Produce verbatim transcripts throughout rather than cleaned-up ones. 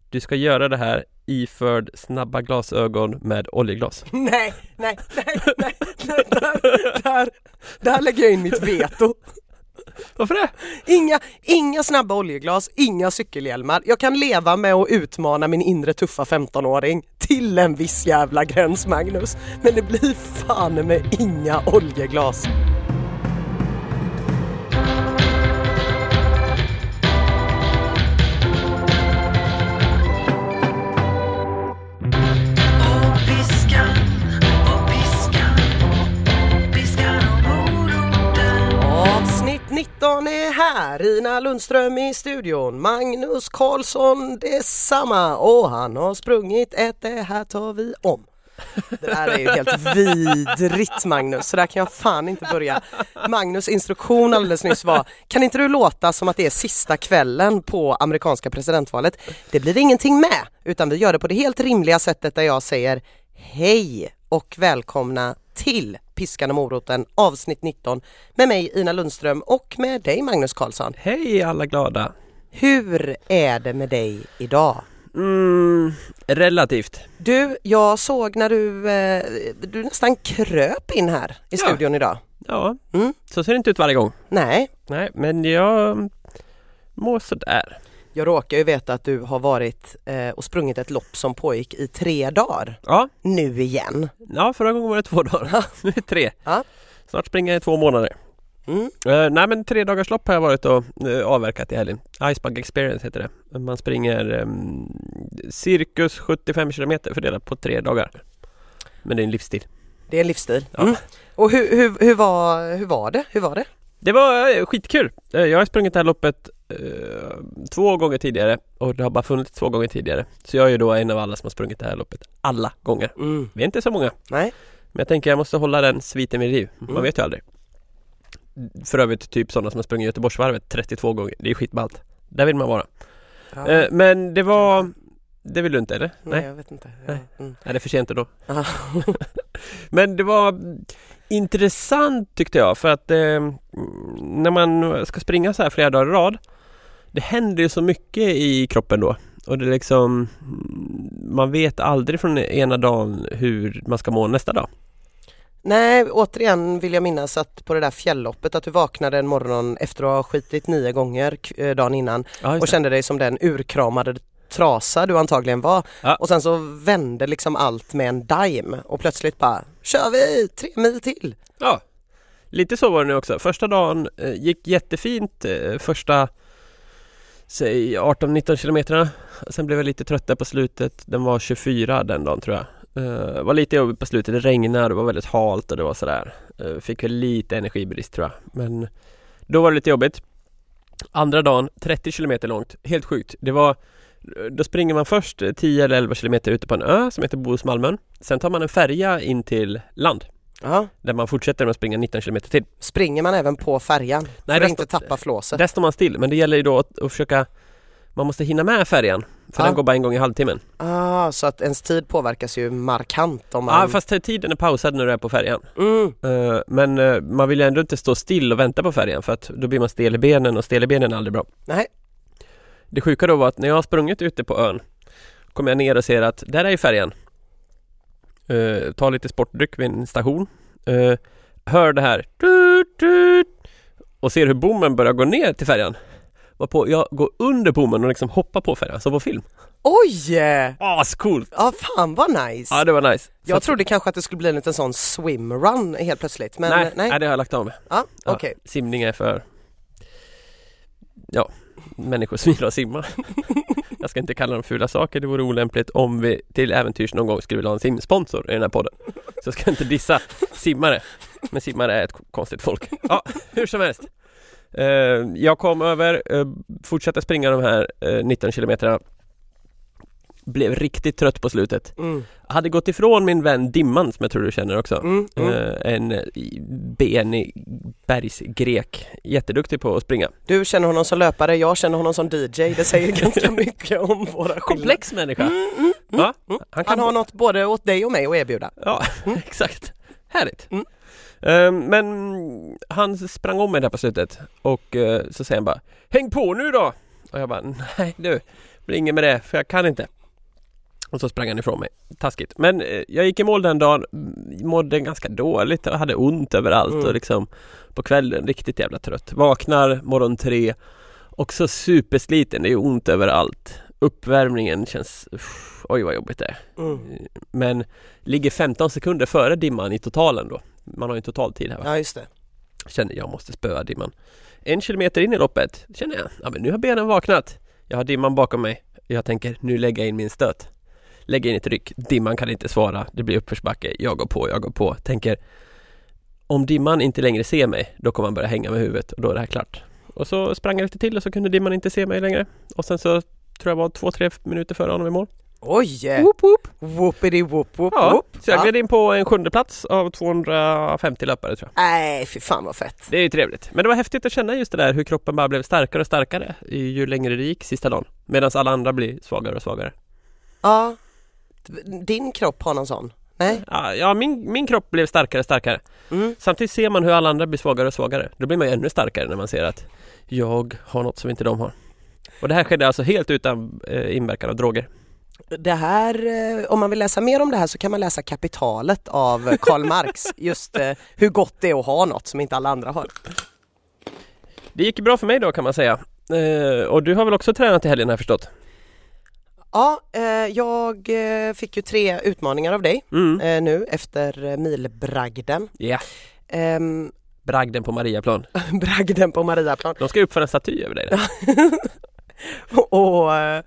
Du ska göra det här iförd snabba glasögon med oljeglas. Nej, nej, nej, nej. Där, där, där lägger jag in mitt veto. Varför det? Inga, inga snabba oljeglas, inga cykelhjälmar. Jag kan leva med att utmana min inre tuffa femtonåring till en viss jävla gräns, Magnus. Men det blir fan med inga oljeglas. nitton är här, Ina Lundström i studion, Magnus Karlsson detsamma, och han har sprungit ett, det här tar vi om. Det där är ju helt vidrigt, Magnus, så där kan jag fan inte börja. Magnus instruktion alldeles nyss var, kan inte du låta som att det är sista kvällen på amerikanska presidentvalet? Det blir ingenting med, utan vi gör det på det helt rimliga sättet där jag säger hej och välkomna till Piskan och moroten avsnitt nitton med mig Ina Lundström och med dig Magnus Karlsson. Hej alla glada. Hur är det med dig idag? Mm, relativt. Du, jag såg när du, eh, du nästan kröp in här i studion ja. idag. Ja, mm. Så ser det inte ut varje gång. Nej. Nej, men jag mår sådär. Jag råkar ju veta att du har varit eh, och sprungit ett lopp som pågick i tre dagar. Ja. Nu igen. Ja, förra gången var det två dagar. Nu är det tre. Ja. Snart springer jag i två månader. Mm. Uh, nej, men tre dagars lopp har jag varit och uh, avverkat i helgen. Icebug Experience heter det. Man springer um, cirkus sjuttiofem kilometer fördelat på tre dagar. Men det är en livsstil. Det är en livsstil. Ja. Mm. Och hur, hur, hur, var, hur var det? Hur var det? Det var uh, skitkul. Uh, jag har sprungit det här loppet uh, två gånger tidigare och det har bara funnits två gånger tidigare. Så jag är ju då en av alla som har sprungit det här loppet alla gånger. Mm. Vi är inte så många. Nej. Men jag tänker jag måste hålla den sviten vid liv. Man Mm. vet ju aldrig. För övrigt typ sådana som har sprungit Göteborgsvarvet trettiotvå gånger. Det är skitballt. Där vill man vara. Ja. Eh, men det var... Det vill du inte, eller? Nej, jag vet inte. Ja. Nej. Mm. Nej, det är för sent då. Men det var intressant tyckte jag. För att eh, när man ska springa så här flera dagar i rad, det händer ju så mycket i kroppen då. Och det är liksom... Man vet aldrig från ena dagen hur man ska må nästa dag. Nej, återigen vill jag minnas att på det där fjällloppet att du vaknade en morgon efter att ha skitit nio gånger k- dagen innan Ja, och kände dig som den urkramade trasa du antagligen var. Ja. Och sen så vände liksom allt med en dime och plötsligt bara, kör vi tre mil till. Ja, lite så var det nu också. Första dagen eh, gick jättefint. Eh, första säg arton nitton kilometerna. Sen blev jag lite trött där på slutet. Den var tjugofyra den dagen tror jag. Uh, var lite jobbigt på slutet, det regnade, det var väldigt halt och det var sådär. Uh, fick väl lite energibrist tror jag. Men då var det lite jobbigt. Andra dagen, trettio kilometer långt, helt sjukt. Det var, då springer man först tio eller elva kilometer ute på en ö som heter Bohusmalmön. Sen tar man en färja in till land. Aha. Där man fortsätter med att springa nitton kilometer till. Springer man även på färjan? Nej, för att stå, inte tappa flåset? Där står man still, men det gäller ju då att, att försöka... Man måste hinna med färjan. För ah. den går bara en gång i halvtimmen. Ah, så att ens tid påverkas ju markant om man... Ja, fast tiden är pausad när du är på färjan. Mm. Uh, men uh, man vill ju ändå inte stå still och vänta på färjan. För att då blir man stel i benen och stel i benen är aldrig bra. Nej. Det sjuka då var att när jag har sprungit ute på ön kommer jag ner och ser att där är ju färjan. Uh, tar lite sportdryck vid en station. Uh, hör det här. Tut, tut, och ser hur bommen börjar gå ner till färjan. På, jag går under bommen och liksom hoppar på färjan, så på film. Oj! Ah, så coolt! Ja, fan vad nice. Ja, det var nice. Jag så trodde att... kanske att det skulle bli en liten sån swimrun helt plötsligt. Men nej, nej. nej, det har jag lagt av med. Ja, okej. Okay. Ja, simning är för... Ja, människor som gillar att simma. Jag ska inte kalla dem fula saker. Det vore olämpligt om vi till äventyrs någon gång skulle vilja ha en simsponsor i den här podden. Så ska jag inte dissa simmare. Men simmare är ett konstigt folk. Ja, hur som helst. Uh, jag kom över, uh, fortsatte springa de här uh, nitton kilometerna. Blev riktigt trött på slutet. Mm. Hade gått ifrån min vän Dimman, som jag tror du känner också. Mm, mm. Uh, en benig bergsgrek. Jätteduktig på att springa. Du känner honom som löpare, jag känner honom som D J. Det säger ganska mycket om våra skillnader. Komplex människa. Mm, mm, mm, ja, mm. Han, kan han har något både åt dig och mig att erbjuda. Ja, mm. exakt. Härligt. Mm. Uh, men han sprang om mig där på slutet. Och uh, så säger han bara, häng på nu då! Och jag bara, nej du, springer med det för jag kan inte. Och så sprang han ifrån mig. Taskigt. Men eh, jag gick i mål den dagen, mådde ganska dåligt och hade ont överallt mm. och liksom på kvällen riktigt jävla trött. Vaknar morgon tre och så supersliten, det är ont överallt. Uppvärmningen känns, uff, oj vad jobbigt det är. Mm. Men ligger femton sekunder före dimman i totalen då. Man har ju en totaltid här va? Ja just det. Känner jag måste spöa dimman. En kilometer in i loppet känner jag, ja men nu har benen vaknat. Jag har dimman bakom mig. Jag tänker, nu lägger jag in min stöt. Lägger in ett ryck. Dimman kan inte svara. Det blir uppförsbacke. Jag går på, jag går på. Tänker, om dimman inte längre ser mig, då kommer han börja hänga med huvudet och då är det här klart. Och så sprang jag lite till och så kunde dimman inte se mig längre. Och sen så tror jag var två, tre minuter före honom i mål. Oj! Whoop, whoop. Whoopity whoop whoop ja, whoop. Så jag gled in på en sjunde plats av tvåhundrafemtio löpare tror jag. Nej, fy fan vad fett. Det är ju trevligt. Men det var häftigt att känna just det där hur kroppen bara blev starkare och starkare ju längre det gick sista dagen. Medan alla andra blir svagare och svagare. Ja. Din kropp har någon sån? Nej? Ja, ja min, min kropp blev starkare och starkare. Mm. Samtidigt ser man hur alla andra blir svagare och svagare. Då blir man ju ännu starkare när man ser att jag har något som inte de har. Och det här skedde alltså helt utan eh, inverkan av droger. Det här, eh, om man vill läsa mer om det här så kan man läsa Kapitalet av Karl Marx. Just eh, hur gott det är att ha något som inte alla andra har. Det gick bra för mig då kan man säga. Eh, och du har väl också tränat i helgen här förstått? Ja, eh, jag eh, fick ju tre utmaningar av dig mm. eh, nu efter eh, milbragden. Ja, yeah. Um, bragden på Mariaplan. bragden på Mariaplan. De ska uppföra en staty över dig där. och,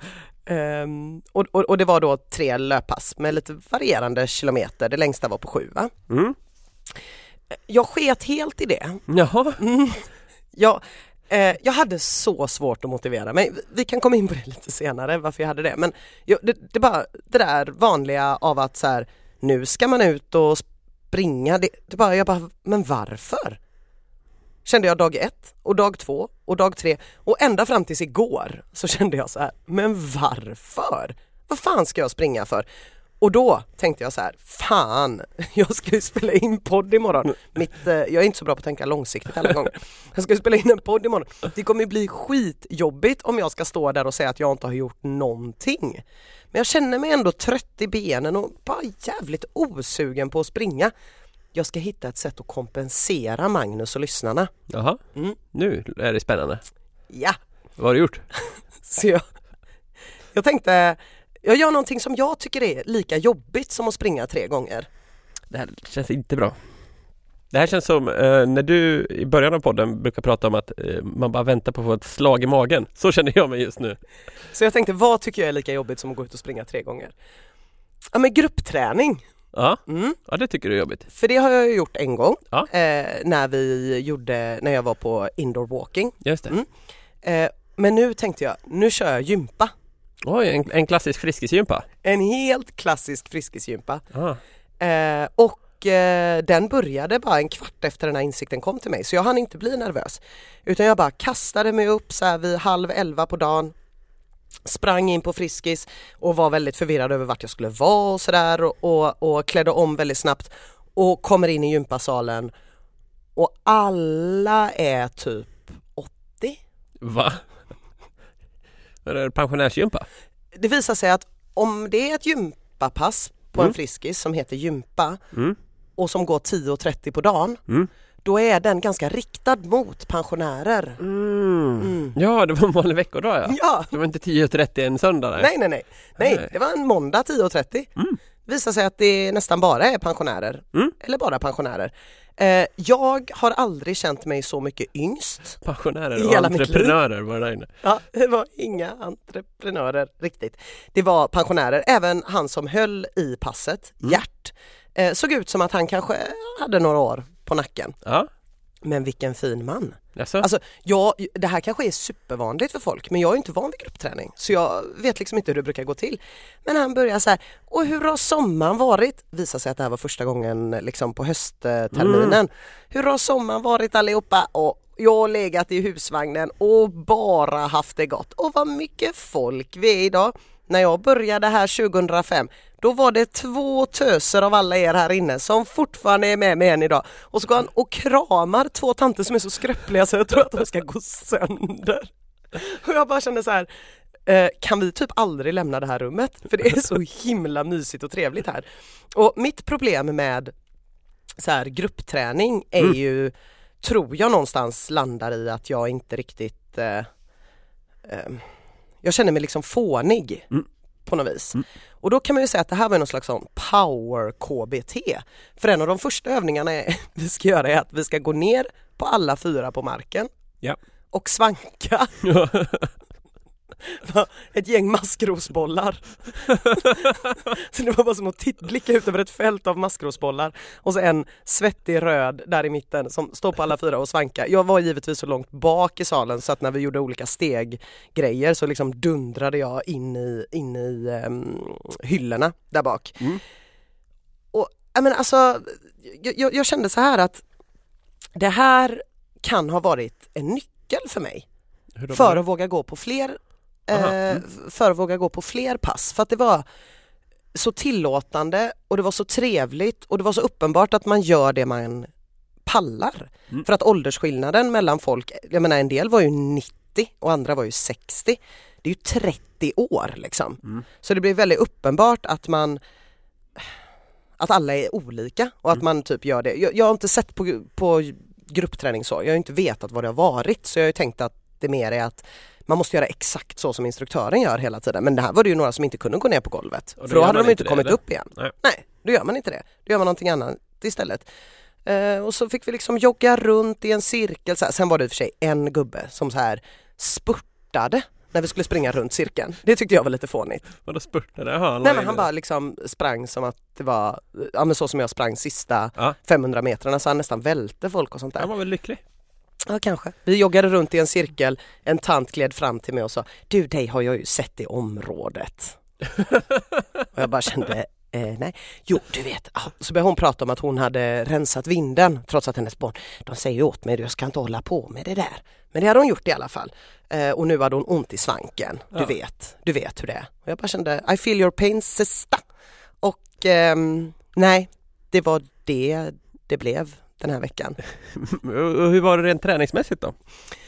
um, och, och, och det var då tre löppass med lite varierande kilometer. Det längsta var på sju va? Mm. Jag sket helt i det. Jaha. Mm. Jag... Eh, jag hade så svårt att motivera mig. Vi kan komma in på det lite senare varför jag hade det. Men jag, det, det bara det där vanliga av att så här, nu ska man ut och springa. Det, det bara, jag bara, men varför? Kände jag dag ett och dag två och dag tre. Och ända fram tills igår så kände jag så här, men varför? Vad fan ska jag springa för? Och då tänkte jag så här, fan, jag ska ju spela in podd imorgon. Mitt, eh, jag är inte så bra på att tänka långsiktigt alla gånger. Jag ska spela in en podd imorgon. Det kommer bli skitjobbigt om jag ska stå där och säga att jag inte har gjort någonting. Men jag känner mig ändå trött i benen och bara jävligt osugen på att springa. Jag ska hitta ett sätt att kompensera Magnus och lyssnarna. Jaha, mm. Nu är det spännande. Ja. Vad har du gjort? Så jag, jag tänkte... Jag gör någonting som jag tycker är lika jobbigt som att springa tre gånger. Det här känns inte bra. Det här känns som eh, när du i början av podden brukar prata om att eh, man bara väntar på att få ett slag i magen. Så känner jag mig just nu. Så jag tänkte, vad tycker jag är lika jobbigt som att gå ut och springa tre gånger? Ja, men gruppträning. Ja, mm. Ja det tycker du är jobbigt. För det har jag ju gjort en gång. Ja. Eh, när vi gjorde, när jag var på indoor walking. Just det. Mm. Eh, men nu tänkte jag, nu kör jag gympa. Oj, en, en klassisk friskisgympa. En helt klassisk friskisgympa. Eh, och eh, den började bara en kvart efter den här insikten kom till mig. Så jag hann inte bli nervös. Utan jag bara kastade mig upp så här vid halv elva på dagen. Sprang in på Friskis och var väldigt förvirrad över vart jag skulle vara och sådär. Och, och, och klädde om väldigt snabbt. Och kommer in i gympasalen. Och alla är typ åttio. Va? Är det pensionärsgympa? Det visar sig att om det är ett gympapass på mm. en Friskis som heter gympa mm. och som går tio och trettio på dagen mm. då är den ganska riktad mot pensionärer. Mm. Mm. Ja, det var en vanlig veckodag ja. ja. Det var inte tio och trettio en söndag. Nej, nej, nej. nej. nej det var en måndag tio och trettio. Mm. Det visar sig att det nästan bara är pensionärer. Mm. Eller bara pensionärer. Eh, jag har aldrig känt mig så mycket yngst. Pensionärer och entreprenörer var det där inne. Ja, det var inga entreprenörer riktigt. Det var pensionärer. Även han som höll i passet, mm. Gert, eh, såg ut som att han kanske hade några år på nacken. Ja. Men vilken fin man. Jaså? Alltså, jag, det här kanske är supervanligt för folk, men jag är inte van vid gruppträning. Så jag vet liksom inte hur det brukar gå till. Men han börjar så här, och hur har sommaren varit? Visar sig att det här var första gången liksom på höstterminen. Mm. Hur har sommaren varit allihopa? Och jag har legat i husvagnen och bara haft det gott. Och vad mycket folk vi är idag. När jag började här tjugohundrafem, då var det två töser av alla er här inne som fortfarande är med mig än idag. Och så går han och kramar två tanter som är så skröpliga så jag tror att de ska gå sönder. Och jag bara kände så här, eh, kan vi typ aldrig lämna det här rummet? För det är så himla mysigt och trevligt här. Och mitt problem med så här gruppträning är mm. ju, tror jag någonstans landar i att jag inte riktigt eh, eh, jag känner mig liksom fånig mm. på något vis. Mm. Och då kan man ju säga att det här var någon slags sån power K B T. För en av de första övningarna är, vi ska göra är att vi ska gå ner på alla fyra på marken ja. och svanka. Ett gäng maskrosbollar. Så det var bara som att titt, blicka ut över ett fält av maskrosbollar. Och så en svettig röd där i mitten som står på alla fyra och svanka. Jag var givetvis så långt bak i salen så att när vi gjorde olika steggrejer så liksom dundrade jag in i, in i um, hyllorna där bak. Mm. Och jag menar, alltså, jag, jag kände så här att det här kan ha varit en nyckel för mig. För att våga gå på fler eh, för att våga gå på fler pass. För att det var så tillåtande och det var så trevligt och det var så uppenbart att man gör det man pallar. Mm. För att åldersskillnaden mellan folk, jag menar en del var ju nittio och andra var ju sextio. Det är ju trettio år liksom. Mm. Så det blir väldigt uppenbart att man att alla är olika och att mm. man typ gör det. Jag, jag har inte sett på, på gruppträning så. Jag har inte vetat vad det har varit så jag har ju tänkt att det mer är att man måste göra exakt så som instruktören gör hela tiden. Men det här var det ju några som inte kunde gå ner på golvet. För då hade de inte kommit det, upp igen. Nej. Nej, då gör man inte det. Då gör man någonting annat istället. Uh, och så fick vi liksom jogga runt i en cirkel. Så här. Sen var det i och för sig en gubbe som så här spurtade när vi skulle springa runt cirkeln. Det tyckte jag var lite fånigt. Vadå spurtade? Aha, Nej men han bara liksom sprang som att det var ja, men så som jag sprang sista ja. femhundra metrarna så han nästan välte folk och sånt där. Han var väl lycklig? Ja, kanske. Vi joggade runt i en cirkel. En tant gled fram till mig och sa du, dig har jag ju sett i området. Och jag bara kände eh, nej. Jo, du vet. Ah, så började hon prata om att hon hade rensat vinden trots att hennes barn, de säger ju åt mig jag ska inte hålla på med det där. Men det hade hon gjort i alla fall. Eh, och nu hade hon ont i svanken. Du ja. vet. Du vet hur det är. Och jag bara kände I feel your pain, sista. Och eh, nej, det var det det blev den här veckan. Hur var det rent träningsmässigt då?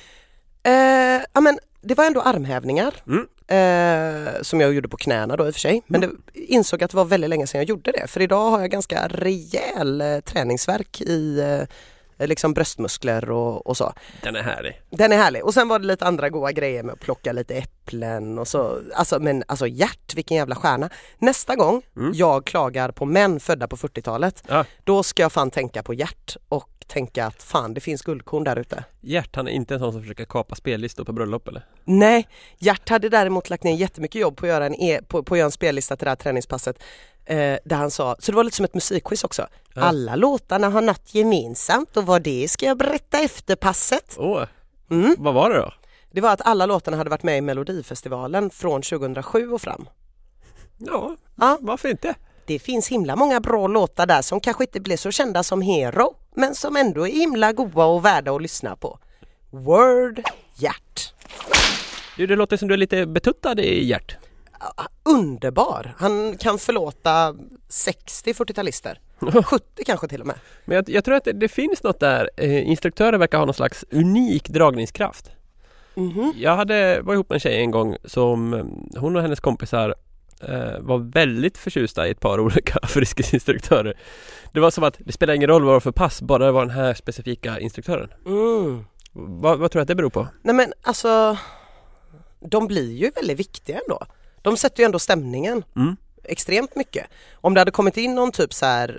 Eh, ja, men det var ändå armhävningar mm. eh, som jag gjorde på knäna då i och för sig. Men mm. det insåg att det var väldigt länge sedan jag gjorde det. För idag har jag ganska rejäl eh, träningsverk i eh, liksom bröstmuskler och, och så. Den är härlig. Den är härlig. Och sen var det lite andra goda grejer med att plocka lite äpplen och så. Alltså, men alltså Gert, vilken jävla stjärna. Nästa gång mm. jag klagar på män födda på fyrtiotalet, ah. då ska jag fan tänka på Gert och tänka att fan, det finns guldkorn där ute. Gert, han är inte en sån som försöker kapa spellistor på bröllop eller? Nej, Gert hade däremot lagt ner jättemycket jobb på att göra en, e- på, på att göra en spellista till det här träningspasset. Eh, där han sa, så det var lite som ett musikquiz också. Ja. Alla låtarna har något gemensamt och vad det ska jag berätta efter passet. Åh, mm. Vad var det då? Det var att alla låtarna hade varit med i Melodifestivalen från tjugohundrasju och fram. Ja, ja. Varför inte? Det finns himla många bra låtar där som kanske inte blir så kända som Hero, men som ändå är himla goda och värda att lyssna på. Word Gert. Du, det låter som du är lite betuttad i Gert. Underbar. Han kan förlåta sextio fyrtiotalister. sjuttio kanske till och med. Men jag, jag tror att det, det finns något där. Eh, instruktörer verkar ha någon slags unik dragningskraft. Mm-hmm. Jag hade, var ihop med en tjej en gång som hon och hennes kompisar eh, var väldigt förtjusta i ett par olika friskisinstruktörer. Det var som att det spelar ingen roll vad det var för pass, bara det var den här specifika instruktören. Mm. Vad, vad tror du att det beror på? Nej men alltså, de blir ju väldigt viktiga ändå. De sätter ju ändå stämningen mm. extremt mycket. Om det hade kommit in någon typ så här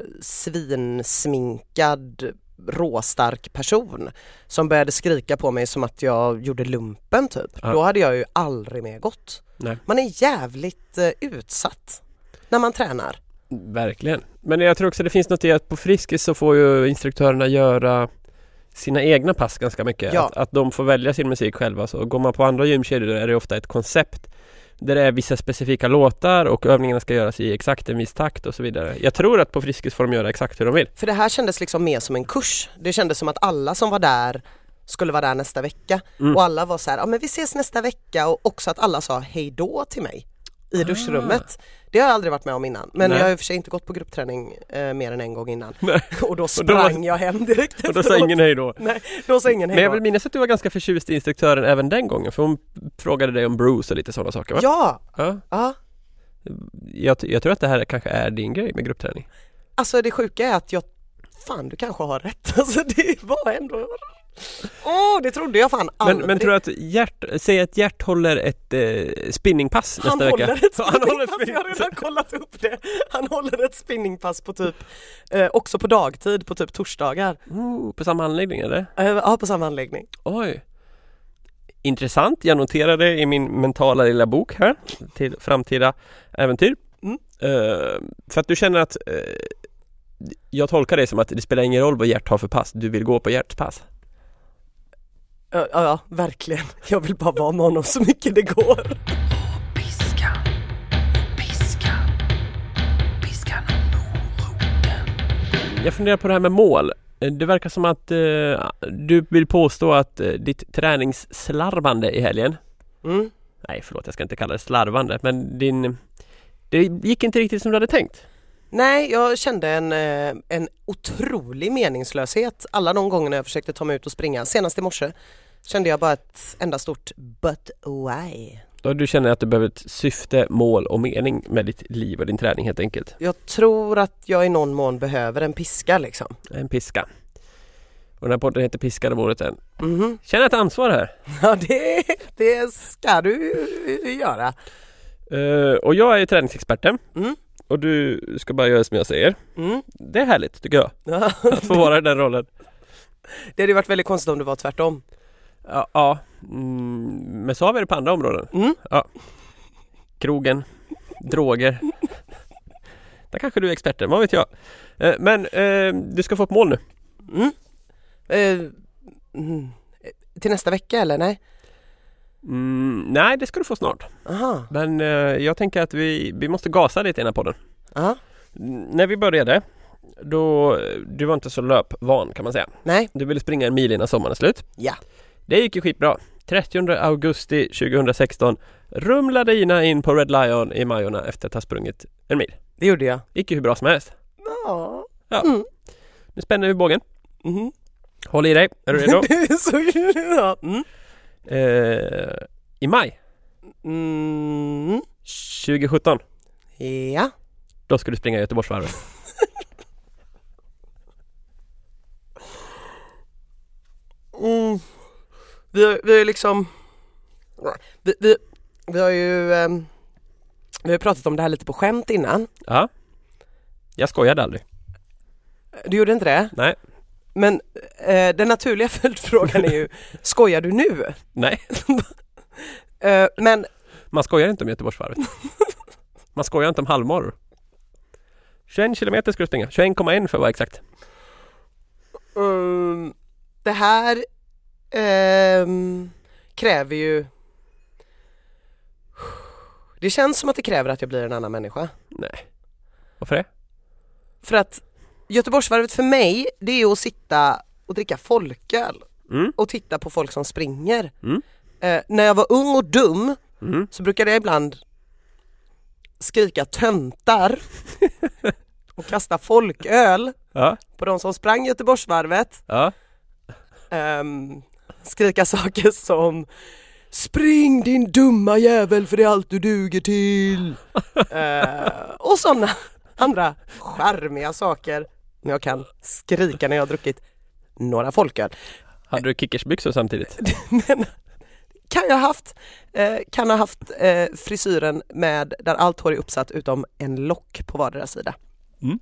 svinsminkad råstark person som började skrika på mig som att jag gjorde lumpen typ. Ja. Då hade jag ju aldrig mer gått. Nej. Man är jävligt uh, utsatt när man tränar. Verkligen. Men jag tror också det finns något i att på Friskis så får ju instruktörerna göra sina egna pass ganska mycket. Ja. Att, att de får välja sin musik själva. Så går man på andra gymkedjor är det ofta ett koncept där det är vissa specifika låtar och övningarna ska göras i exakt en viss takt och så vidare. Jag tror att på Friskis får de göra exakt hur de vill. För det här kändes liksom mer som en kurs. Det kändes som att alla som var där skulle vara där nästa vecka. Mm. Och alla var så här, ja men vi ses nästa vecka. Och också att alla sa hej då till mig i duschrummet. Det har jag aldrig varit med om innan. Men Nej. jag har i och för sig inte gått på gruppträning eh, mer än en gång innan. Nej. Och då sprang och då, jag hem direkt Och då efteråt. sa ingen hej då. Nej, då sa ingen hej Men jag då. vill minnas att du var ganska förtjust i instruktören även den gången. För hon frågade dig om Bruce och lite sådana saker, va? Ja, Ja. ja. Jag, jag tror att det här kanske är din grej med gruppträning. Alltså det sjuka är att jag, fan du kanske har rätt. Alltså det var ändå, åh det trodde jag fan Men, aldrig. men tror du att Gert, säg att Gert håller ett eh, spinningpass Han nästa håller vecka? ett Han håller ett spinningpass, jag har spinningpass. redan kollat upp det. Han håller ett spinningpass på typ, eh, också på dagtid, på typ torsdagar. Oh, på samma anläggning eller? Eh, ja, på samma anläggning. Oj. Intressant, jag noterade i min mentala lilla bok här till framtida äventyr. Mm. Uh, för att du känner att uh, jag tolkar det som att det spelar ingen roll vad Gert har för pass. Du vill gå på Gerts pass. Ja, ja, ja, verkligen. Jag vill bara vara med honom så mycket det går. Piskan, piskan, piskan och moroten. Jag funderar på det här med mål. Det verkar som att uh, du vill påstå att uh, ditt träningsslarvande i helgen. Mm. Nej, förlåt, jag ska inte kalla det slarvande. Men din, det gick inte riktigt som du hade tänkt. Nej, jag kände en, eh, en otrolig meningslöshet alla de gångerna jag försökte ta mig ut och springa. Senast i morse kände jag bara ett enda stort but why? Då du känner att du behöver ett syfte, mål och mening med ditt liv och din träning helt enkelt. Jag tror att jag i någon mån behöver en piska liksom. En piska. Och den här podden heter Piskade målet. Mhm. Känner ett ansvar här. Ja, det, det ska du göra. Uh, och jag är ju träningsexperten. Mm. Och du ska bara göra som jag säger. Mm. Det är härligt tycker jag. Ja. Att få vara i den rollen. Det hade ju varit väldigt konstigt om det var tvärtom. Ja, ja. Mm, men så har vi det på andra områden. Mm. Ja. Krogen, droger. Där kanske du är experten, vad vet jag. Uh, men uh, du ska få ett mål nu. Mm. Eh, mm. Till nästa vecka eller nej? Mm, nej, det ska du få snart. Aha. Men uh, jag tänker att vi, vi måste gasa lite i den här podden. Aha. När vi började, då, du var inte så löpvan kan man säga. Nej. Du ville springa en mil innan sommaren är slut. Ja. Det gick ju skitbra. trettionde augusti tjugohundrasexton rumlade Ina in på Red Lion i Majorna efter att ha sprungit en mil. Det gjorde jag. Gick ju hur bra som helst. Ja. Ja. Mm. Nu spänner vi bågen. Mhm. Håll i dig. Är du redo? Det är så ja. Mm. eh, I maj Mm. tjugosjutton Ja. då ska du springa Göteborgsvarvet. Mm. Vi har, vi har liksom vi, vi, vi har ju um, vi har pratat om det här lite på skämt innan. Ja. Jag skojade aldrig. Du gjorde inte det? Nej. Men eh, den naturliga följdfrågan är ju, skojar du nu? Nej. Eh, men Man skojar inte om Göteborgsvarvet. Man skojar inte om halvmaror. tjugoen kilometer ska du springa. tjugoen komma ett för att vara exakt. um, det här um, kräver ju, det känns som att det kräver att jag blir en annan människa. Nej. Varför det? För att Göteborgsvarvet för mig, det är att sitta och dricka folköl Mm. och titta på folk som springer. Mm. Eh, när jag var ung och dum Mm. så brukade jag ibland skrika töntar och kasta folköl Ja. på de som sprang Göteborgsvarvet. Ja. Um, skrika saker som spring din dumma jävel för det är allt du duger till. uh, och sådana andra charmiga saker. Men jag kan skrika när jag har druckit några folköl. Hade du kickersbyxor samtidigt? Men kan jag haft eh, kan ha haft eh, frisyren med där allt hår är uppsatt utom en lock på vardera sida. Mm.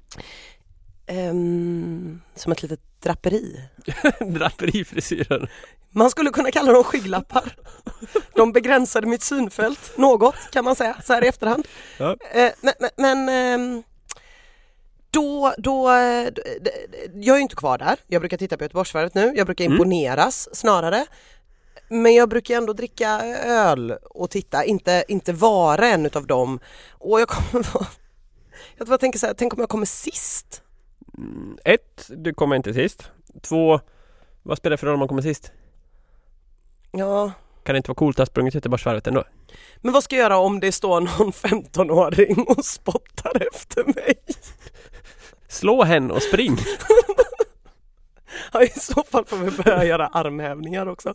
Um, som ett litet draperi. Draperifrisyren. Man skulle kunna kalla dem skygglappar. De begränsade mitt synfält något kan man säga så här i efterhand. Ja. Eh, men men, men ehm, då, då, eh, d- d- jag är ju inte kvar där. Jag brukar titta på Göteborgsvarvet nu. Jag brukar imponeras mm. snarare. Men jag brukar ändå dricka öl och titta, inte, inte vara en utav dem. Och jag kommer vara, jag bara tänker så här, tänk om jag kommer sist. Mm, ett, du kommer inte sist. Två, vad spelar det för roll om man kommer sist? Ja, kan det inte vara coolt att ha sprungit Göteborgsvarvet ändå? Men vad ska jag göra om det står någon femtonåring och spottar efter mig? Slå henne och spring. Ja, i så fall får vi börja göra armhävningar också.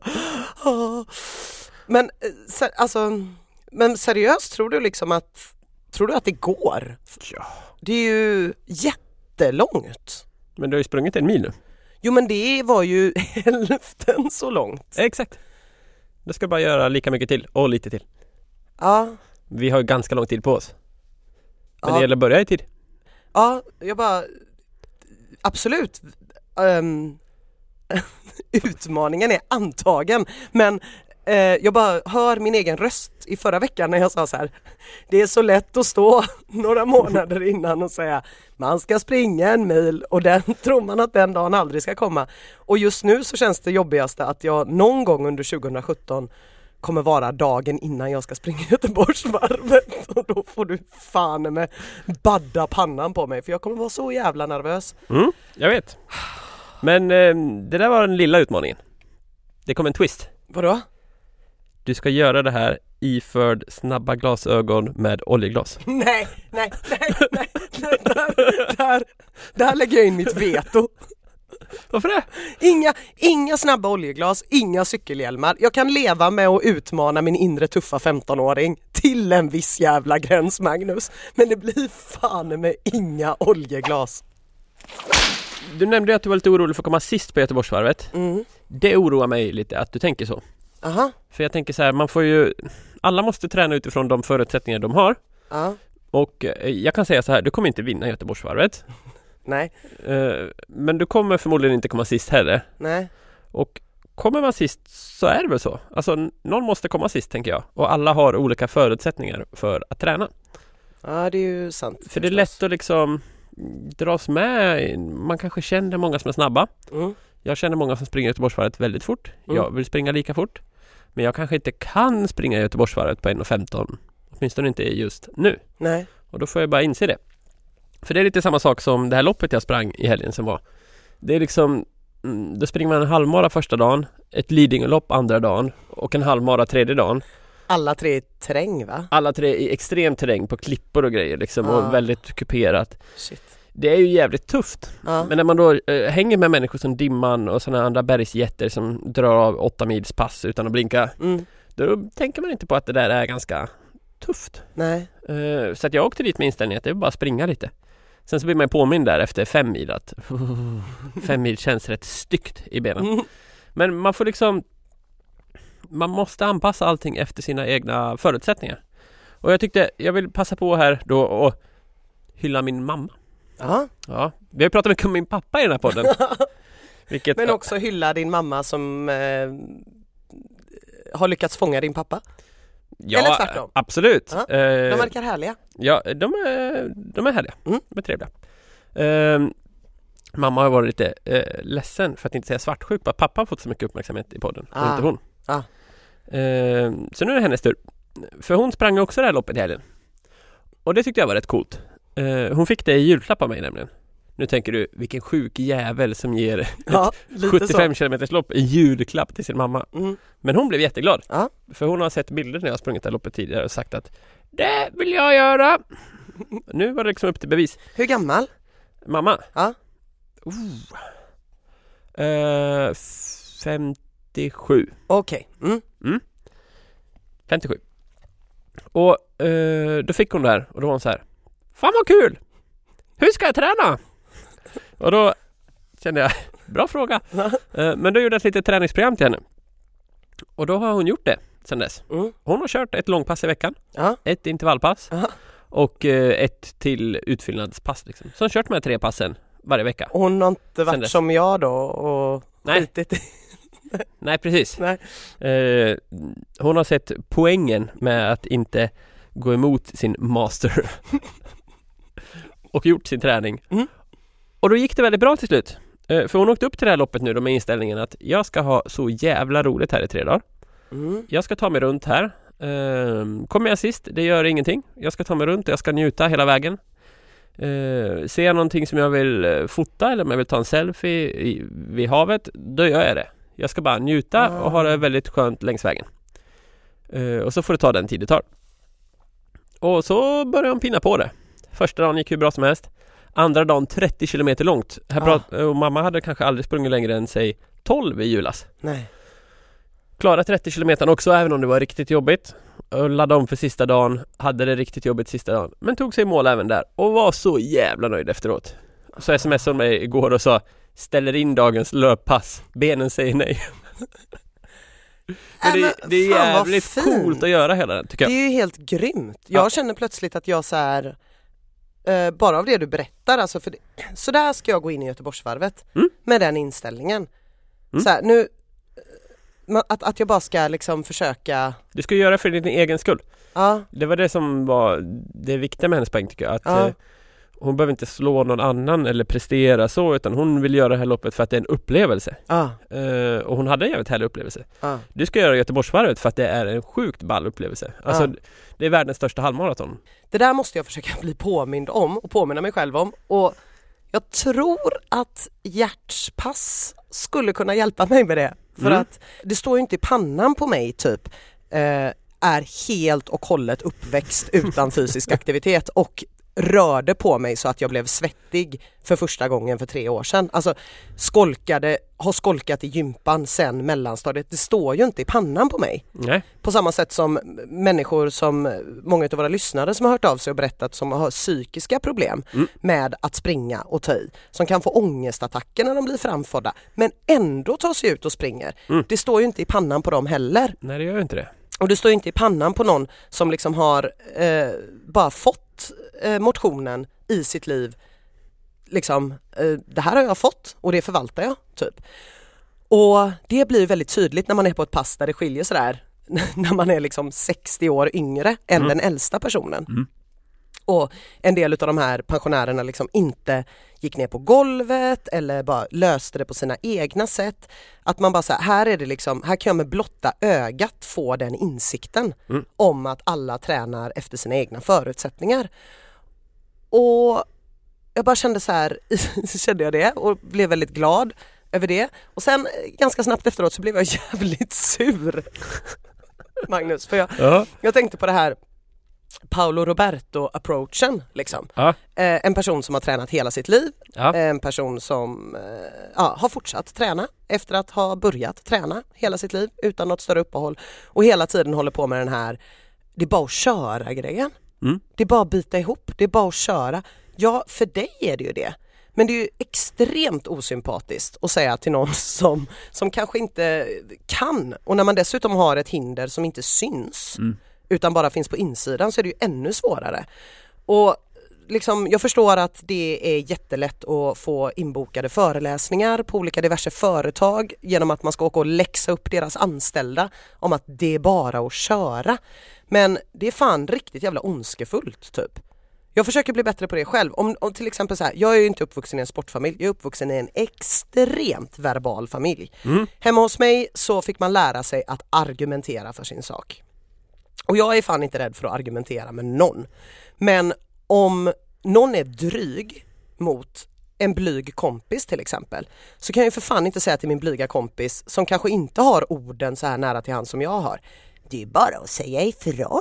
Men, alltså, men seriöst, tror du liksom att tror du att det går? Ja. Det är ju jättelångt. Men du har ju sprungit en mil nu. Jo, men det var ju hälften så långt. Exakt. Du ska bara göra lika mycket till och lite till. Ja. Vi har ju ganska lång tid på oss. Men Ja. det gäller att börja i tid. Ja, jag bara absolut. Um, utmaningen är antagen, men eh, jag bara hör min egen röst i förra veckan när jag sa så här: det är så lätt att stå några månader innan och säga man ska springa en mil och den tror man att den dagen aldrig ska komma. Och just nu så känns det jobbigaste att jag någon gång under tjugohundrasjutton kommer vara dagen innan jag ska springa Göteborgsvarvet, och då får du fan med badda pannan på mig, för jag kommer vara så jävla nervös. Mm, jag vet. Men eh, det där var den lilla utmaningen. Det kom en twist. Vadå? Du ska göra det här iförd snabba glasögon med oljeglas. Nej, nej, nej, nej, nej där, där, där lägger jag in mitt veto. Varför det? Inga, inga snabba oljeglas, inga cykelhjälmar. Jag kan leva med att utmana min inre tuffa femtonåring till en viss jävla gräns, Magnus. Men det blir fan med inga oljeglas. Du nämnde att du var lite orolig för att komma sist på Göteborgsvarvet. Mm. Det oroar mig lite att du tänker så. Aha. För jag tänker så här, man får ju... Alla måste träna utifrån de förutsättningar de har. Ja. Och eh, jag kan säga så här, du kommer inte vinna Göteborgsvarvet. Nej. Eh, men du kommer förmodligen inte komma sist heller. Nej. Och kommer man sist så är det väl så. Alltså någon måste komma sist, tänker jag. Och alla har olika förutsättningar för att träna. Ja, det är ju sant. För det är lätt att liksom dras med. Man kanske känner många som är snabba. Mm. Jag känner många som springer Göteborgsvarvet väldigt fort. Mm. Jag vill springa lika fort. Men jag kanske inte kan springa Göteborgsvarvet på en femton. Åtminstone inte just nu. Nej. Och då får jag bara inse det. För det är lite samma sak som det här loppet jag sprang i helgen som var. Det är liksom, då springer man en halvmara första dagen, ett Lidingölopp andra dagen och en halvmara tredje dagen. Alla tre i terräng, va? Alla tre i extrem terräng på klippor och grejer liksom, Ah. och väldigt kuperat. Shit. Det är ju jävligt tufft. Ja. Men när man då eh, hänger med människor som Dimman och sådana andra bergsjätter som drar av åtta mils pass utan att blinka, Mm. då tänker man inte på att det där är ganska tufft. Nej. Uh, så att jag åkte dit med inställningen att det är bara springa lite. Sen så blir man ju påmind där efter fem mil att uh, fem mil känns rätt styggt i benen. Mm. Men man får liksom, man måste anpassa allting efter sina egna förutsättningar. Och jag tyckte, jag vill passa på här då och hylla min mamma. Ja. Ja, vi har pratat mycket om min pappa i den här podden. Vilket, Men också hylla din mamma som eh, har lyckats fånga din pappa. ja, eller tvärtom. absolut. Ja, Eh, De verkar härliga. Ja, de är, de är härliga. Mm. De är trevliga. Ehm, mamma har varit lite eh, ledsen, för att inte säga svartsjuk, på att pappa har fått så mycket uppmärksamhet i podden. Och Ah. inte hon. Ah. Ehm, så nu är det hennes tur. För hon sprang också det här loppet i helgen. Och det tyckte jag var rätt coolt. Ehm, hon fick det i julklapp av mig nämligen. Nu tänker du, vilken sjuk jävel som ger Ja, lite sjuttiofem så. kilometers lopp i julklapp till sin mamma. Mm. Men hon blev jätteglad. Ja. För hon har sett bilder när jag har sprungit det här loppet tidigare och sagt att det vill jag göra. Nu var det liksom upp till bevis. Hur gammal? Mamma? Ja. Uh. Uh, femtiosju. Okej. Okay. Mm. femtiosju. Och uh, då fick hon det här och då var hon så här: fan vad kul! Hur ska jag träna? Och då kände jag, bra fråga. Uh, men då gjorde jag ett litet träningsprogram till henne. Och då har hon gjort det sedan dess. Mm. Hon har kört ett långpass i veckan. Ja. Ett intervallpass. Aha. Och uh, ett till utfyllnadspass liksom. Så hon har kört de här tre passen varje vecka. Och hon har inte Sen varit dess. som jag då och Nej. skitit i. Nej, precis. Nej. Eh, hon har sett poängen med att inte gå emot sin master och gjort sin träning. Mm. Och då gick det väldigt bra till slut. Eh, för hon åkte upp till det här loppet nu då med inställningen att jag ska ha så jävla roligt här i tre dagar. Mm. Jag ska ta mig runt här. Eh, kommer jag sist, det gör ingenting. Jag ska ta mig runt och jag ska njuta hela vägen. Eh, ser jag någonting som jag vill eh, fota eller om jag vill ta en selfie i, vid havet, då gör jag det. Jag ska bara njuta Ah. och ha det väldigt skönt längs vägen. Uh, och så får det ta den tid det tar. Och så började han pinna på det. Första dagen gick hur bra som helst. Andra dagen trettio kilometer långt. Här Ah. prat- och mamma hade kanske aldrig sprungit längre än säg tolv i julas. Nej. Klara trettio kilometer också, även om det var riktigt jobbigt. Och laddade om för sista dagen. Hade det riktigt jobbigt sista dagen. Men tog sig i mål även där. Och var så jävla nöjd efteråt. Så smsade hon mig igår och sa: ställer in dagens löppass. Benen säger nej. Men det, det är fan vad jävligt fint. coolt att göra hela den, tycker Det jag. är ju helt grymt. Jag Ja. känner plötsligt att jag så här, eh, bara av det du berättar, alltså för det, så där ska jag gå in i Göteborgsvarvet Mm. med den inställningen. Mm. Så här, nu, eh, ma- att, att jag bara ska liksom försöka, Du ska göra det för din egen skull. ja, Det var det som var det viktiga med hennes poäng, tycker jag. Att Ja. eh, hon behöver inte slå någon annan eller prestera så, utan hon vill göra det här loppet för att det är en upplevelse. ja, Eh, och hon hade en jävligt härlig upplevelse. ja. Du ska göra Göteborgsvarvet för att det är en sjukt ball upplevelse. Alltså, Ja. det är världens största halvmaraton. Det där måste jag försöka bli påmind om och påminna mig själv om. Och jag tror att hjärtspass skulle kunna hjälpa mig med det. För Mm. att det står ju inte i pannan på mig typ, eh, är helt och hållet uppväxt utan fysisk aktivitet och rörde på mig så att jag blev svettig för första gången för tre år sedan. Alltså skolkade, har skolkat i gympan sen mellanstadiet. Det står ju inte i pannan på mig. Nej. På samma sätt som människor som många av våra lyssnare som har hört av sig och berättat som har psykiska problem Mm. med att springa och ta i. Som kan få ångestattacker när de blir framförda men ändå tar sig ut och springer. Mm. Det står ju inte i pannan på dem heller. Nej, det gör ju inte det. Och det står ju inte i pannan på någon som liksom har eh, bara fått eh, motionen i sitt liv. Liksom, eh, det här har jag fått och det förvaltar jag, typ. Och det blir väldigt tydligt när man är på ett pass där det skiljer sådär, när man är liksom sextio år yngre än Mm. den äldsta personen. Mm. Och en del av de här pensionärerna liksom inte gick ner på golvet eller bara löste det på sina egna sätt. Att man bara så här, här är det liksom, här kan jag med blotta ögat få den insikten Mm. om att alla tränar efter sina egna förutsättningar. Och jag bara kände så här, så kände jag det och blev väldigt glad över det. Och sen ganska snabbt efteråt så blev jag jävligt sur. Magnus, för jag, Ja. jag tänkte på det här Paolo Roberto-approachen liksom. Ja. Eh, en person som har tränat hela sitt liv, Ja. en person som eh, ja, har fortsatt träna efter att ha börjat träna hela sitt liv utan något större uppehåll och hela tiden håller på med den här, det är bara att köra grejen. Mm. Det är bara att bita ihop, det är bara att köra. Ja, för dig är det ju det. Men det är ju extremt osympatiskt att säga till någon som, som kanske inte kan. Och när man dessutom har ett hinder som inte syns Mm. utan bara finns på insidan så är det ju ännu svårare. Och liksom, jag förstår att det är jättelätt att få inbokade föreläsningar på olika diverse företag genom att man ska åka och läxa upp deras anställda om att det är bara att köra. Men det är fan riktigt jävla ondskefullt typ. Jag försöker bli bättre på det själv. Om, om till exempel så här, jag är ju inte uppvuxen i en sportfamilj, jag är uppvuxen i en extremt verbal familj. Mm. Hemma hos mig så fick man lära sig att argumentera för sin sak. Och jag är fan inte rädd för att argumentera med någon. Men om någon är dryg mot en blyg kompis till exempel, så kan jag ju för fan inte säga till min blyga kompis som kanske inte har orden så här nära till hand som jag har. Det är bara att säga ifrån.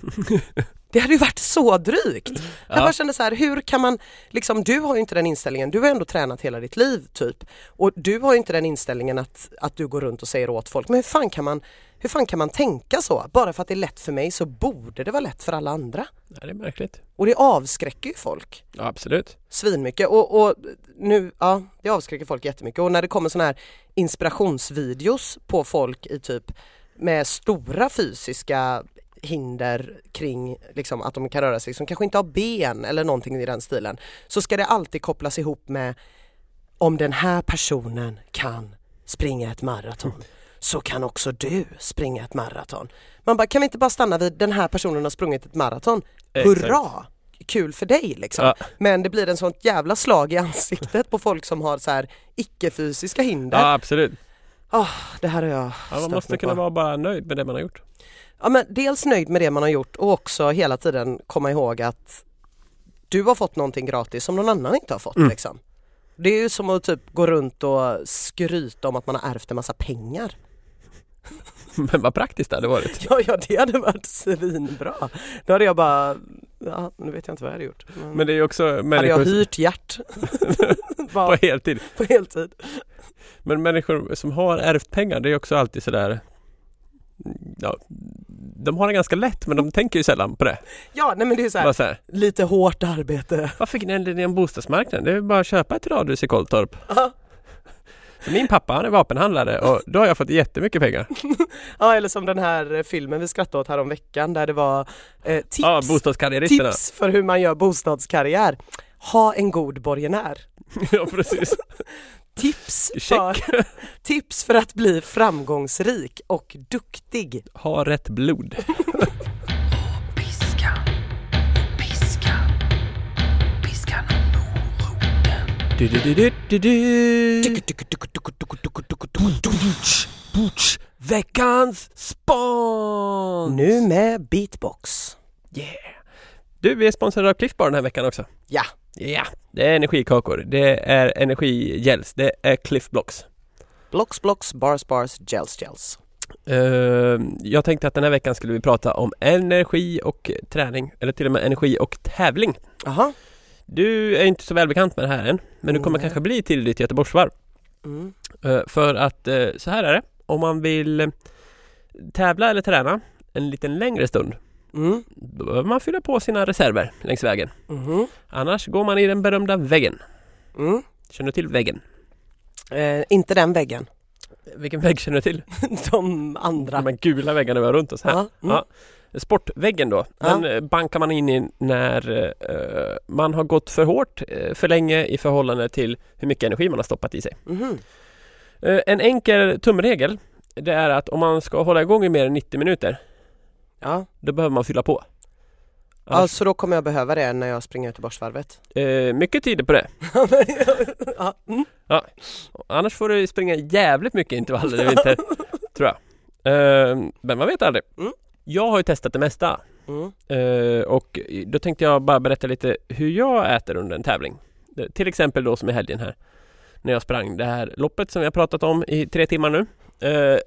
Det hade ju varit så drygt. Jag Ja. bara kände så här, hur kan man, liksom, du har ju inte den inställningen, du har ändå tränat hela ditt liv typ. Och du har ju inte den inställningen att, att du går runt och säger åt folk. Men hur fan kan man, hur fan kan man tänka så? Bara för att det är lätt för mig så borde det vara lätt för alla andra. Ja, det är märkligt. Och det avskräcker ju folk. Ja, absolut. Svinmycket. Och, och nu, ja, det avskräcker folk jättemycket. Och när det kommer såna här inspirationsvideos på folk i typ med stora fysiska hinder kring liksom, att de kan röra sig som kanske inte har ben eller någonting i den stilen, så ska det alltid kopplas ihop med om den här personen kan springa ett maraton så kan också du springa ett maraton. Man bara, kan vi inte bara stanna vid den här personen har sprungit ett maraton? Exakt. Hurra! Kul för dig liksom. Ja. Men det blir en sånt jävla slag i ansiktet på folk som har så här icke-fysiska hinder. Ja, absolut. Oh, det här har jag Ja, man stött måste mig kunna på. vara bara nöjd med det man har gjort. Ja, men dels nöjd med det man har gjort och också hela tiden komma ihåg att du har fått någonting gratis som någon annan inte har fått. Mm. Liksom. Det är ju som att typ gå runt och skryta om att man har ärvt en massa pengar. Men vad praktiskt det hade varit. Ja, ja, det hade varit svinbra. Då hade jag bara, ja, nu vet jag inte vad jag hade gjort. Men, Men det är ju också människor... hade jag hyrt Gert? på heltid. På heltid. Men människor som har ärvt pengar, det är också alltid sådär... Ja, de har det ganska lätt, men de tänker ju sällan på det. Ja, nej men det är så här, så här lite hårt arbete. Varför gnäller ni om bostadsmarknaden? Det är bara att köpa ett radhus i Kolltorp. Ja. Min pappa, han är vapenhandlare och då har jag fått jättemycket pengar. Ja, eller som den här filmen vi skrattade åt här om veckan där det var eh, tips, ja, bostadskarriäristerna. tips för hur man gör bostadskarriär. Ha en god borgenär. Ja, precis. Tips för, tips för att bli framgångsrik och duktig. Ha rätt blod. Piskan, piskan, piskan och moroten. Du, du, du, du, du, du. Veckans spons! Nu med beatbox. Yeah. Du, vi är sponsrade av Cliff Bar den här veckan också. Ja. Ja, det är energikakor, det är energigels, det är Cliff Blocks. Blocks, blocks, bars, bars, gels, gels. Uh, jag tänkte att den här veckan skulle vi prata om energi och träning, eller till och med energi och tävling. Aha. Du är inte så välbekant med det här än, men du kommer Nej. kanske bli till ditt Göteborgsvarv. Mm. Uh, för att uh, så här är det, om man vill tävla eller träna en liten längre stund, Mm. då behöver man fylla på sina reserver längs vägen. Mm. Annars går man i den berömda väggen. Mm. Känner du till väggen? Eh, inte den väggen. Vilken vägg känner du till? De andra. De här gula väggarna vi har runt oss här. Ja. Mm. Ja. Sportväggen då, Ja. den bankar man in i när uh, man har gått för hårt uh, för länge i förhållande till hur mycket energi man har stoppat i sig. Mm. Uh, en enkel tumregel, det är att om man ska hålla igång i mer än nittio minuter, Ja. då behöver man fylla på. Annars, Alltså då kommer jag behöva det när jag springer Göteborgsvarvet. uh, mycket tid på det. Ja. Mm. Ja. Annars får du springa jävligt mycket intervaller i vinter, tror jag. Uh, men man vet aldrig. Mm. Jag har ju testat det mesta. Mm. Uh, och då tänkte jag bara berätta lite hur jag äter under en tävling. Det, till exempel då som i helgen här, när jag sprang det här loppet som vi har pratat om i tre timmar nu. Uh,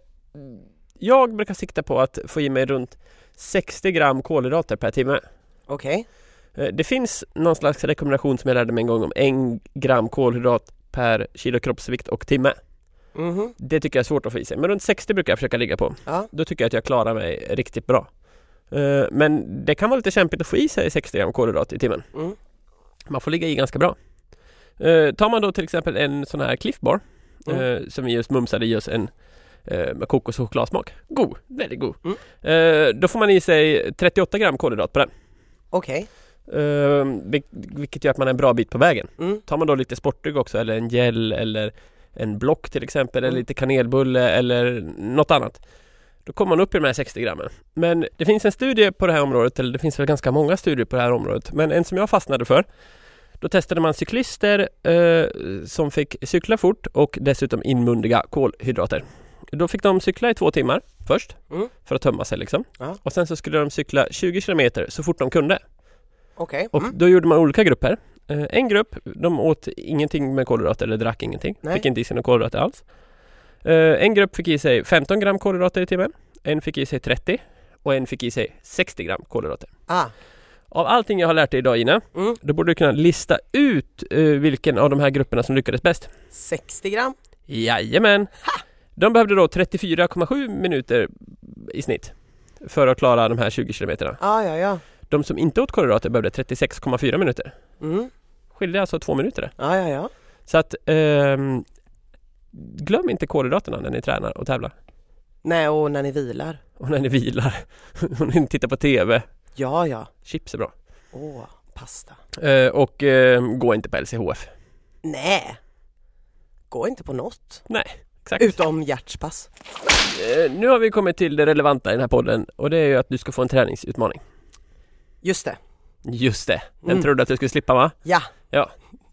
jag brukar sikta på att få i mig runt sextio gram kolhydrater per timme. Okej. Uh, det finns någon slags rekommendation som jag lärde mig en gång om en gram kolhydrat per kilo kroppsvikt och timme. Mhm. Det tycker jag är svårt att få i sig. Men runt sextio brukar jag försöka ligga på. Ja. Då tycker jag att jag klarar mig riktigt bra. Uh, men det kan vara lite kämpigt att få i sig sextio gram kolhydrat i timmen. Mm. Man får ligga i ganska bra. Uh, tar man då till exempel en sån här Cliff Bar, Mm. uh, som vi just mumsade i oss en uh, med kokos och chokladsmak. God, väldigt god. Mm. Uh, då får man i sig trettioåtta gram kolhydrat på den. Okej. Uh, vil- vilket gör att man är en bra bit på vägen. Mm. Tar man då lite sportdryck också, eller en gel eller en block till exempel, Mm. eller lite kanelbulle eller något annat, då kommer man upp i de här sextio grammen. Men det finns en studie på det här området, eller det finns väl ganska många studier på det här området, men en som jag fastnade för, då testade man cyklister eh, som fick cykla fort och dessutom inmundiga kolhydrater. Då fick de cykla i två timmar först, Mm. för att tömma sig liksom. Ja. Och sen så skulle de cykla tjugo kilometer så fort de kunde. Okej. Och Mm. då gjorde man olika grupper. Eh, en grupp, de åt ingenting med kolhydrater eller drack ingenting. Nej. Fick inte i sig några kolhydrater alls. Eh, en grupp fick i sig femton gram kolhydrater i timmen. En fick i sig trettio. Och en fick i sig sextio gram kolhydrater. Ah. Av allting jag har lärt dig idag, Ina, Mm. då borde du kunna lista ut eh, vilken av de här grupperna som lyckades bäst. sextio gram. Jajamän! De behövde då trettiofyra komma sju minuter i snitt för att klara de här tjugo kilometerna. Ah, ja, ja. De som inte åt kolhydrater behövde trettiosex komma fyra minuter. Mm. Skilde alltså två minuter där. Ah, ja, ja. Så att ehm, glöm inte kolhydraterna när ni tränar och tävlar. Nej, och när ni vilar. Och när ni vilar. Och när ni tittar på tv. Ja, ja. Chips är bra. Åh, pasta. Eh, och ehm, gå inte på L C H F. Nej. Gå inte på något. Nej, exakt. Utom hjärtspass. Eh, nu har vi kommit till det relevanta i den här podden. Och det är ju att du ska få en träningsutmaning. Just det. Just det. Den Mm. trodde att du skulle slippa, va? Ja. Ja.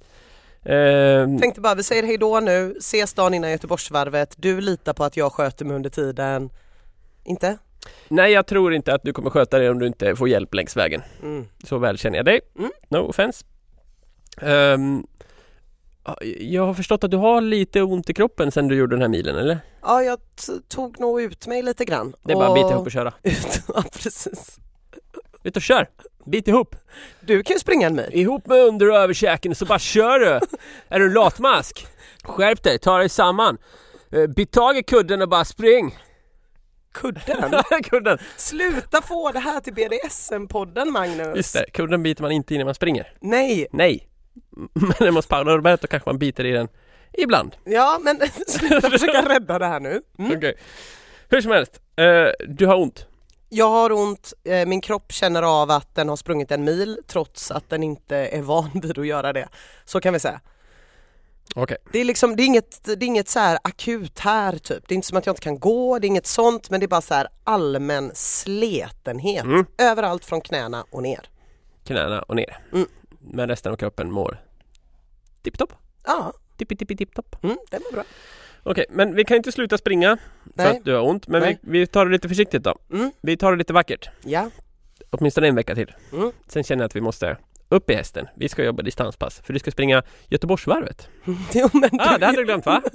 Ehm, Tänkte bara, vi säger hej då nu. Ses dagen innan Göteborgsvarvet. Du litar på att jag sköter mig under tiden. Inte? nej, jag tror inte att du kommer sköta det om du inte får hjälp längs vägen. Mm. Så väl känner jag dig. Mm. No offense. Ehm, Jag har förstått att du har lite ont i kroppen sen du gjorde den här milen, eller? Ja, jag t- tog nog ut mig lite grann. Det är bara att bita ihop och köra. Ja, precis. Ut och kör! Bit ihop! Du kan ju springa en mil. Ihop med under- och överkäken så bara kör du! Är du en latmask? Skärp dig, ta dig samman. Uh, Byt tag i kudden och bara spring! Kudden? Kudden! Sluta få det här till B D S M-podden, Magnus. Just det, kudden biter man inte innan man springer. Nej. Nej! Men när man sparrar Roberto kanske man biter i den ibland. Ja, men sluta försöka rädda det här nu. Mm. Okej. Okay. Hur som helst, uh, du har ont. Jag har ont, eh, min kropp känner av att den har sprungit en mil trots att den inte är van vid att göra det. Så kan vi säga. Okay. Det är liksom, det är inget, det är inget så här akut här typ. Det är inte som att jag inte kan gå, det är inget sånt, men det är bara så här allmän sletenhet. Mm. Överallt från knäna och ner. Knäna och ner. Mm. Men resten av kroppen mår tipptopp. Ja. Tippi tippi tipptopp. Mm, det var bra. Okej, men vi kan inte sluta springa för Nej. att du har ont. Men vi, vi tar det lite försiktigt då. Mm. Vi tar det lite vackert. Ja. Åtminstone en vecka till. Mm. Sen känner jag att vi måste upp i hästen. Vi ska jobba distanspass. För du ska springa Göteborgsvarvet. Jo, men ah, det hade du glömt, va?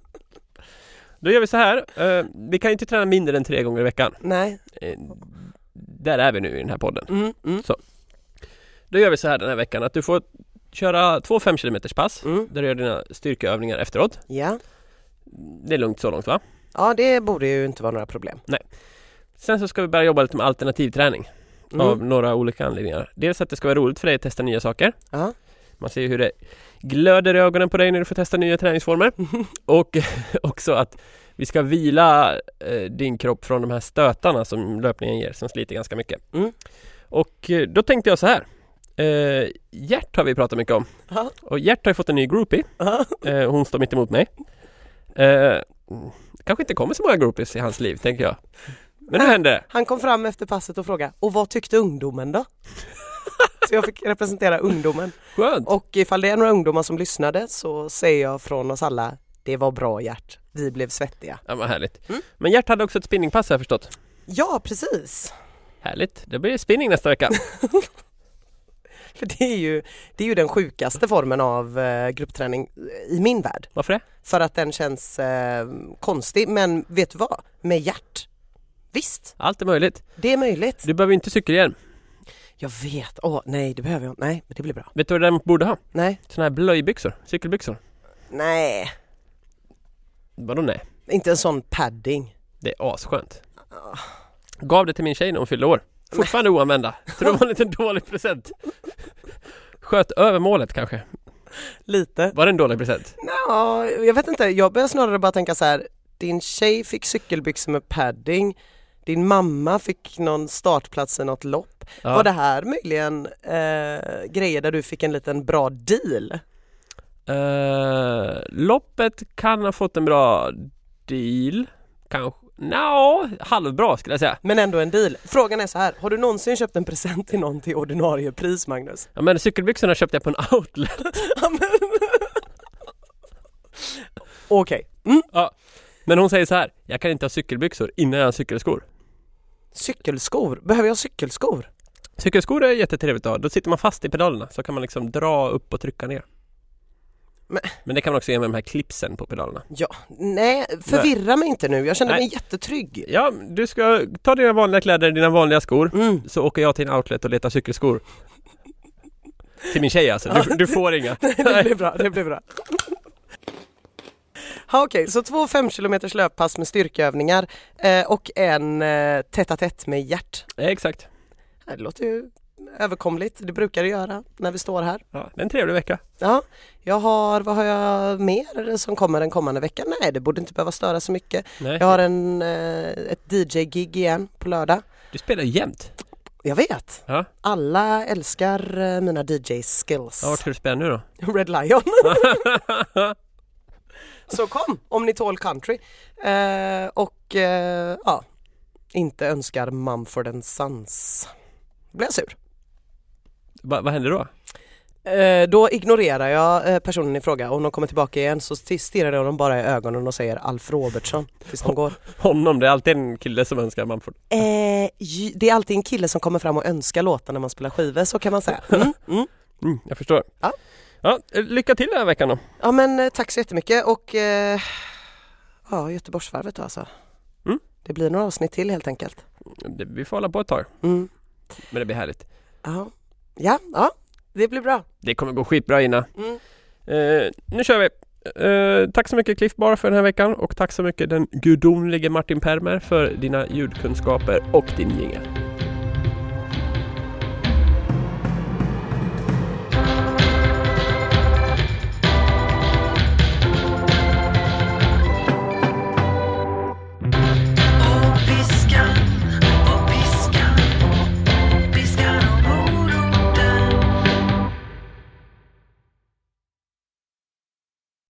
Då gör vi så här. Uh, vi kan ju inte träna mindre än tre gånger i veckan. Nej. Uh, där är vi nu i den här podden. Mm, mm. Så. Då gör vi så här den här veckan. Att du får köra två fem kilometers pass. Mm. Där du gör dina styrkeövningar efteråt. Ja. Det är lugnt så långt, va? Ja, det borde ju inte vara några problem. Nej. Sen så ska vi börja jobba lite med alternativträning. Mm. Av några olika anledningar. Dels att det ska vara roligt för dig att testa nya saker. Ja. Man ser hur det glöder i ögonen på dig när du får testa nya träningsformer. Och också att vi ska vila eh, din kropp från de här stötarna som löpningen ger, som sliter ganska mycket. Mm. Och eh, då tänkte jag så här. Eh, Gert har vi pratat mycket om. Ja. Och Gert har ju fått en ny groupie. Ja. Eh, hon står mitt emot mig. Eh, kanske inte kommer så många groupies i hans liv, tänker jag. Men nu händer det. Han kom fram efter passet och frågade, och vad tyckte ungdomen då? Så jag fick representera ungdomen. Skönt. Och ifall det är några ungdomar som lyssnade så säger jag från oss alla, det var bra, Gert. Vi blev svettiga. Ja, vad härligt. Mm. Men Gert hade också ett spinningpass, har jag förstått. Ja, precis. Härligt. Det blir spinning nästa vecka. För det är ju, det är ju den sjukaste formen av eh, gruppträning i min värld. Varför det? För att den känns eh, konstig. Men vet du vad? Med Gert. Visst. Allt är möjligt. Det är möjligt. Du behöver inte cykelhjälm. Jag vet. Åh, nej, det behöver jag inte. Nej, men det blir bra. Vet du vad den borde ha? Nej. Såna här blöjbyxor. Cykelbyxor. Nej. Vadå nej? Inte en sån padding. Det är asskönt. Oh. Gav det till min tjej när hon fyllde år. Fortfarande nej. Oanvända. Så det var en liten dålig present. Sköt över målet kanske. Lite. Var det en dålig present? Ja, jag vet inte. Jag börjar snarare bara tänka så här. Din tjej fick cykelbyxor med padding. Din mamma fick någon startplats i något lopp. Ja. Var det här möjligen eh, grejer där du fick en liten bra deal? Uh, loppet kan ha fått en bra deal. Kanske. Nå, halvbra skulle jag säga. Men ändå en deal. Frågan är så här. Har du någonsin köpt en present till någon till ordinarie pris, Magnus? Ja, men cykelbyxorna köpte jag på en outlet. Okej. Okay. Mm. Ja. Men hon säger så här. Jag kan inte ha cykelbyxor innan jag har cykelskor. Cykelskor? Behöver jag cykelskor? Cykelskor är jättetrevligt då. Då sitter man fast i pedalerna. Så kan man liksom dra upp och trycka ner. Men, Men det kan man också göra med de här klipsen på pedalerna. Ja, nej, förvirra nej. mig inte nu. Jag känner nej. mig jättetrygg. Ja, du ska ta dina vanliga kläder, dina vanliga skor. Mm. Så åker jag till en outlet och letar cykelskor. Till min tjej alltså. Du, du får inga. Nej, det blir bra, det blir bra. Ha, okej, okay. Så två fem kilometers löppass med styrkeövningar eh, och en eh, tätt a tätt med Gert. Ja, exakt. Det låter ju överkomligt. Det brukar det göra när vi står här. Ja, det är en trevlig vecka. Ja, jag har, vad har jag mer som kommer den kommande veckan? Nej, det borde inte behöva störa så mycket. Nej. Jag har en, eh, ett D J-gig igen på lördag. Du spelar jämt. Jag vet. Ja. Alla älskar eh, mina D J-skills. Ja, vad ska du spela nu då? Red Lion. Så kom, om ni tål country. Eh, och eh, ja, inte önskar Mumford and Sons. Blir jag sur. Va, vad händer då? Eh, då ignorerar jag eh, personen i fråga. Om de kommer tillbaka igen så stirrar jag dem bara i ögonen och säger Alf Robertson tills de går. Honom, det är alltid en kille som önskar Mumford. Eh, det är alltid en kille som kommer fram och önskar låtar när man spelar skivor, så kan man säga. Mm, mm. Mm, jag förstår. Ja. Ja, lycka till den här veckan då. Ja men eh, tack så jättemycket och eh, ja, Göteborgsvarvet då alltså. Mm. Det blir några avsnitt till helt enkelt. Det, vi får hålla på ett tag. Mm. Men det blir härligt. Ja. Ja, ja, det blir bra. Det kommer gå skitbra, Ina. Mm. Eh, nu kör vi. Eh, tack så mycket Cliff Bar för den här veckan och tack så mycket den gudomlige Martin Permer för dina ljudkunskaper och din jingle.